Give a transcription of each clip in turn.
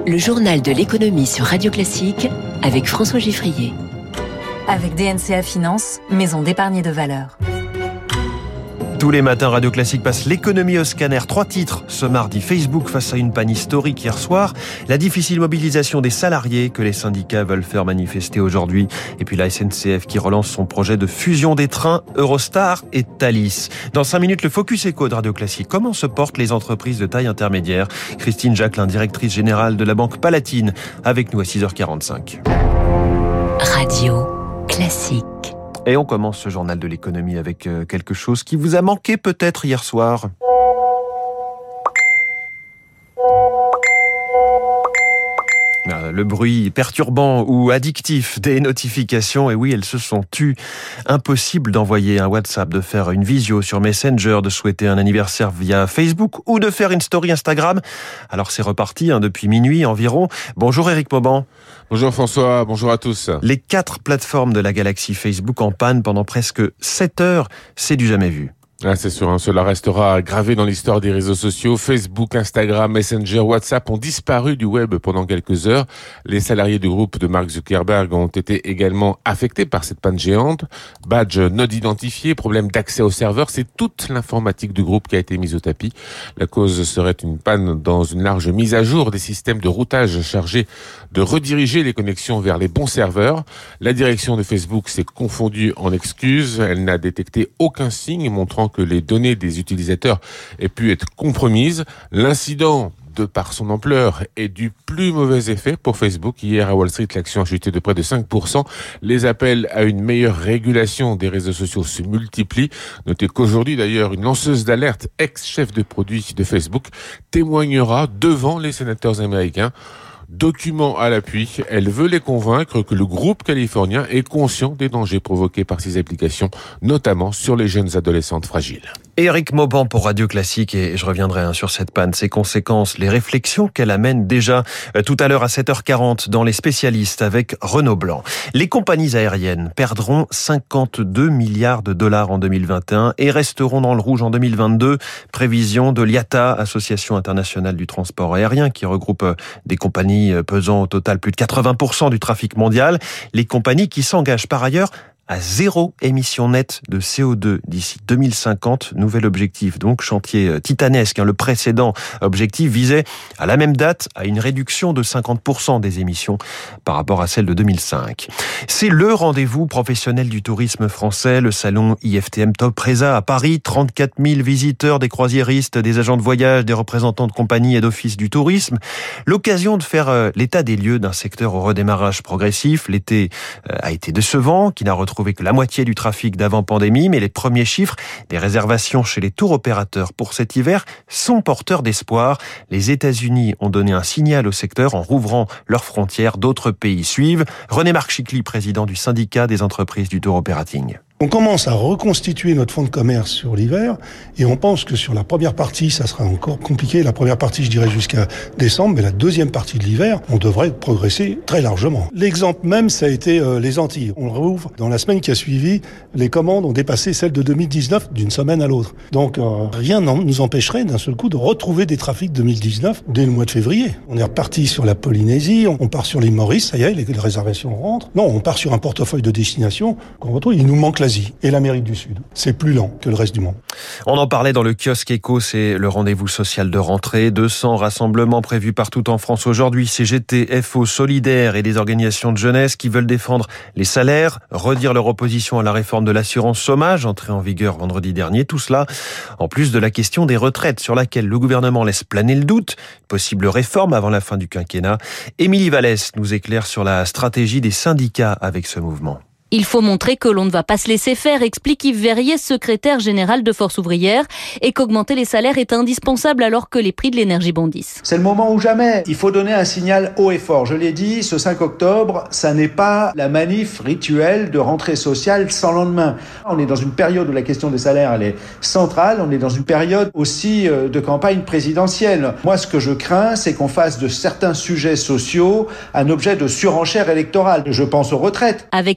Le journal de l'économie sur Radio Classique avec François Giffrier. Avec DNCA Finance, maison d'épargne et de valeur. Tous les matins, Radio Classique passe l'économie au scanner. 3 titres ce mardi. Facebook face à une panne historique hier soir. La difficile mobilisation des salariés que les syndicats veulent faire manifester aujourd'hui. Et puis la SNCF qui relance son projet de fusion des trains Eurostar et Thalys. Dans 5 minutes, le Focus Éco de Radio Classique. Comment se portent les entreprises de taille intermédiaire ? Christine Jacquelin, directrice générale de la Banque Palatine, avec nous à 6h45. Radio Classique. Et on commence ce journal de l'économie avec quelque chose qui vous a manqué peut-être hier soir. Le bruit perturbant ou addictif des notifications, et oui, elles se sont tues. Impossible d'envoyer un WhatsApp, de faire une visio sur Messenger, de souhaiter un anniversaire via Facebook ou de faire une story Instagram. Alors c'est reparti depuis minuit environ. Bonjour Éric Mauban. Bonjour François, bonjour à tous. Les 4 plateformes de la galaxie Facebook en panne pendant presque 7 heures, c'est du jamais vu. Ah, c'est sûr, cela restera gravé dans l'histoire des réseaux sociaux. Facebook, Instagram, Messenger, WhatsApp ont disparu du web pendant quelques heures. Les salariés du groupe de Mark Zuckerberg ont été également affectés par cette panne géante. Badge non identifié, problème d'accès au serveur, c'est toute l'informatique du groupe qui a été mise au tapis. La cause serait une panne dans une large mise à jour des systèmes de routage chargés de rediriger les connexions vers les bons serveurs. La direction de Facebook s'est confondue en excuses. Elle n'a détecté aucun signe montrant que les données des utilisateurs aient pu être compromises. L'incident, de par son ampleur, est du plus mauvais effet pour Facebook. Hier, à Wall Street, l'action a chuté de près de 5%. Les appels à une meilleure régulation des réseaux sociaux se multiplient. Notez qu'aujourd'hui, d'ailleurs, une lanceuse d'alerte, ex-chef de produit de Facebook, témoignera devant les sénateurs américains. Document à l'appui, elle veut les convaincre que le groupe californien est conscient des dangers provoqués par ces applications, notamment sur les jeunes adolescentes fragiles. Éric Mauban pour Radio Classique, et je reviendrai sur cette panne, ses conséquences, les réflexions qu'elle amène déjà tout à l'heure à 7h40 dans Les Spécialistes avec Renaud Blanc. Les compagnies aériennes perdront 52 milliards de dollars en 2021 et resteront dans le rouge en 2022. Prévision de l'IATA, Association internationale du transport aérien, qui regroupe des compagnies pesant au total plus de 80% du trafic mondial. Les compagnies qui s'engagent par ailleurs à 0 émission nette de CO2 d'ici 2050. Nouvel objectif, donc chantier titanesque. Le précédent objectif visait à la même date à une réduction de 50% des émissions par rapport à celle de 2005. C'est le rendez-vous professionnel du tourisme français, le salon IFTM Top Resa à Paris. 34 000 visiteurs, des croisiéristes, des agents de voyage, des représentants de compagnies et d'offices du tourisme. L'occasion de faire l'état des lieux d'un secteur au redémarrage progressif. L'été a été décevant, qui n'a retrouvé que la moitié du trafic d'avant-pandémie, mais les premiers chiffres des réservations chez les tours opérateurs pour cet hiver sont porteurs d'espoir. Les États-Unis ont donné un signal au secteur en rouvrant leurs frontières. D'autres pays suivent. René-Marc Chicly, président du syndicat des entreprises du tour operating. On commence à reconstituer notre fonds de commerce sur l'hiver et on pense que sur la première partie, ça sera encore compliqué. La première partie, je dirais jusqu'à décembre, mais la deuxième partie de l'hiver, on devrait progresser très largement. L'exemple même, ça a été les Antilles. On le rouvre. Dans la semaine qui a suivi, les commandes ont dépassé celles de 2019 d'une semaine à l'autre. Donc rien ne nous empêcherait d'un seul coup de retrouver des trafics 2019 dès le mois de février. On est reparti sur la Polynésie, on part sur l'île Maurice, ça y est, les réservations rentrent. Non, on part sur un portefeuille de destination qu'on retrouve. Il nous manque l'Asie et l'Amérique du Sud. C'est plus lent que le reste du monde. On en parlait dans le kiosque Éco, c'est le rendez-vous social de rentrée. 200 rassemblements prévus partout en France aujourd'hui. CGT, FO, Solidaire et des organisations de jeunesse qui veulent défendre les salaires, redire leur opposition à la réforme de l'assurance chômage, entrée en vigueur vendredi dernier. Tout cela, en plus de la question des retraites sur laquelle le gouvernement laisse planer le doute. Possible réforme avant la fin du quinquennat. Émilie Vallès nous éclaire sur la stratégie des syndicats avec ce mouvement. Il faut montrer que l'on ne va pas se laisser faire, explique Yves Verrier, secrétaire général de Force ouvrière, et qu'augmenter les salaires est indispensable alors que les prix de l'énergie bondissent. C'est le moment ou jamais. Il faut donner un signal haut et fort. Je l'ai dit, ce 5 octobre, ça n'est pas la manif rituelle de rentrée sociale sans lendemain. On est dans une période où la question des salaires, elle est centrale. On est dans une période aussi de campagne présidentielle. Moi, ce que je crains, c'est qu'on fasse de certains sujets sociaux un objet de surenchère électorale. Je pense aux retraites. Avec cette grève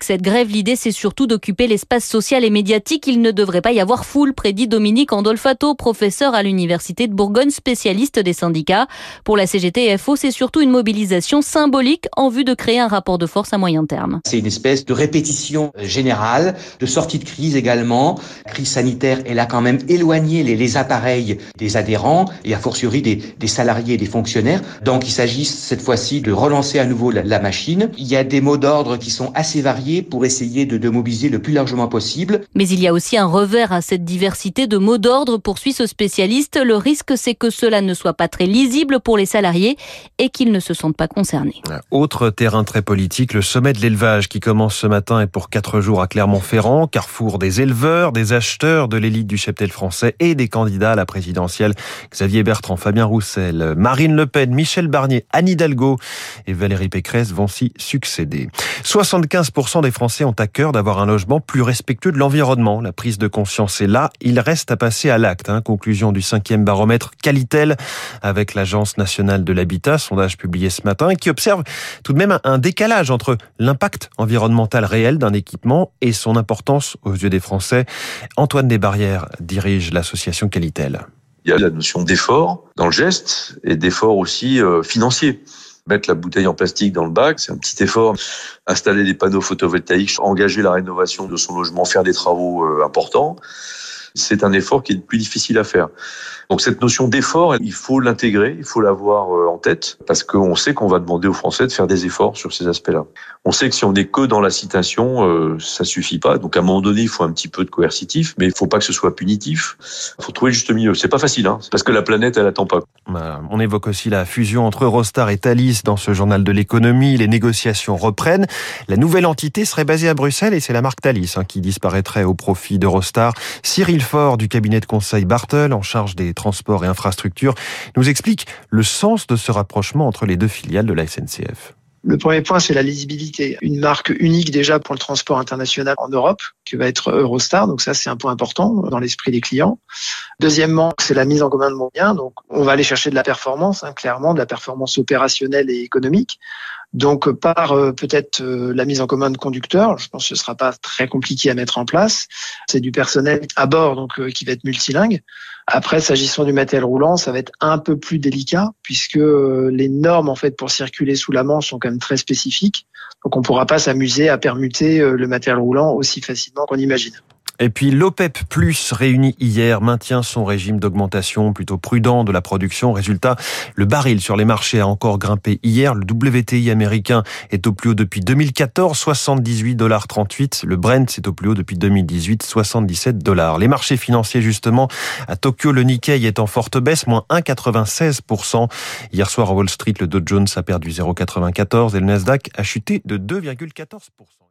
grève, l'idée c'est surtout d'occuper l'espace social et médiatique. Il ne devrait pas y avoir foule, prédit Dominique Andolfato, professeur à l'Université de Bourgogne, spécialiste des syndicats. Pour la CGT et FO, c'est surtout une mobilisation symbolique en vue de créer un rapport de force à moyen terme. C'est une espèce de répétition générale, de sortie de crise également. La crise sanitaire, elle a quand même éloigné les appareils des adhérents et a fortiori des salariés et des fonctionnaires. Donc il s'agit cette fois-ci de relancer à nouveau la machine. Il y a des mots d'ordre qui sont assez variés pour essayer de mobiliser le plus largement possible. Mais il y a aussi un revers à cette diversité de mots d'ordre, poursuit ce spécialiste. Le risque, c'est que cela ne soit pas très lisible pour les salariés et qu'ils ne se sentent pas concernés. Autre terrain très politique, le sommet de l'élevage qui commence ce matin et pour 4 jours à Clermont-Ferrand, carrefour des éleveurs, des acheteurs, de l'élite du cheptel français et des candidats à la présidentielle. Xavier Bertrand, Fabien Roussel, Marine Le Pen, Michel Barnier, Anne Hidalgo et Valérie Pécresse vont s'y succéder. 75% des Français ont à cœur d'avoir un logement plus respectueux de l'environnement. La prise de conscience est là, il reste à passer à l'acte. Conclusion du 5e baromètre Qualitel avec l'Agence nationale de l'habitat, sondage publié ce matin, qui observe tout de même un décalage entre l'impact environnemental réel d'un équipement et son importance aux yeux des Français. Antoine Desbarrières dirige l'association Qualitel. Il y a la notion d'effort dans le geste et d'effort aussi financier. Mettre la bouteille en plastique dans le bac, c'est un petit effort. Installer des panneaux photovoltaïques, engager la rénovation de son logement, faire des travaux importants, c'est un effort qui est plus difficile à faire. Donc cette notion d'effort, il faut l'intégrer, il faut l'avoir en tête, parce qu'on sait qu'on va demander aux Français de faire des efforts sur ces aspects-là. On sait que si on n'est que dans l'incitation, ça suffit pas. Donc à un moment donné, il faut un petit peu de coercitif, mais il faut pas que ce soit punitif. Il faut trouver le juste milieu. C'est pas facile, c'est parce que la planète, elle attend pas. On évoque aussi la fusion entre Eurostar et Thalys dans ce journal de l'économie. Les négociations reprennent. La nouvelle entité serait basée à Bruxelles et c'est la marque Thalys qui disparaîtrait au profit d'Eurostar. Cyril Faure du cabinet de conseil Bartel, en charge des transports et infrastructures, nous explique le sens de ce rapprochement entre les deux filiales de la SNCF. Le premier point, c'est la lisibilité. Une marque unique déjà pour le transport international en Europe, qui va être Eurostar. Donc ça, c'est un point important dans l'esprit des clients. Deuxièmement, c'est la mise en commun de moyens. Donc on va aller chercher de la performance, clairement, de la performance opérationnelle et économique. Donc par peut-être la mise en commun de conducteurs, je pense que ce sera pas très compliqué à mettre en place. C'est du personnel à bord donc qui va être multilingue. Après, s'agissant du matériel roulant, ça va être un peu plus délicat puisque les normes en fait pour circuler sous la Manche sont quand même très spécifiques. Donc on pourra pas s'amuser à permuter le matériel roulant aussi facilement qu'on imagine. Et puis l'OPEP+, réuni hier, maintient son régime d'augmentation plutôt prudent de la production. Résultat, le baril sur les marchés a encore grimpé hier. Le WTI américain est au plus haut depuis 2014, $78,38. Le Brent, c'est au plus haut depuis 2018, $77. Les marchés financiers, justement, à Tokyo, le Nikkei est en forte baisse, moins 1,96%. Hier soir, à Wall Street, le Dow Jones a perdu 0,94 et le Nasdaq a chuté de 2,14%.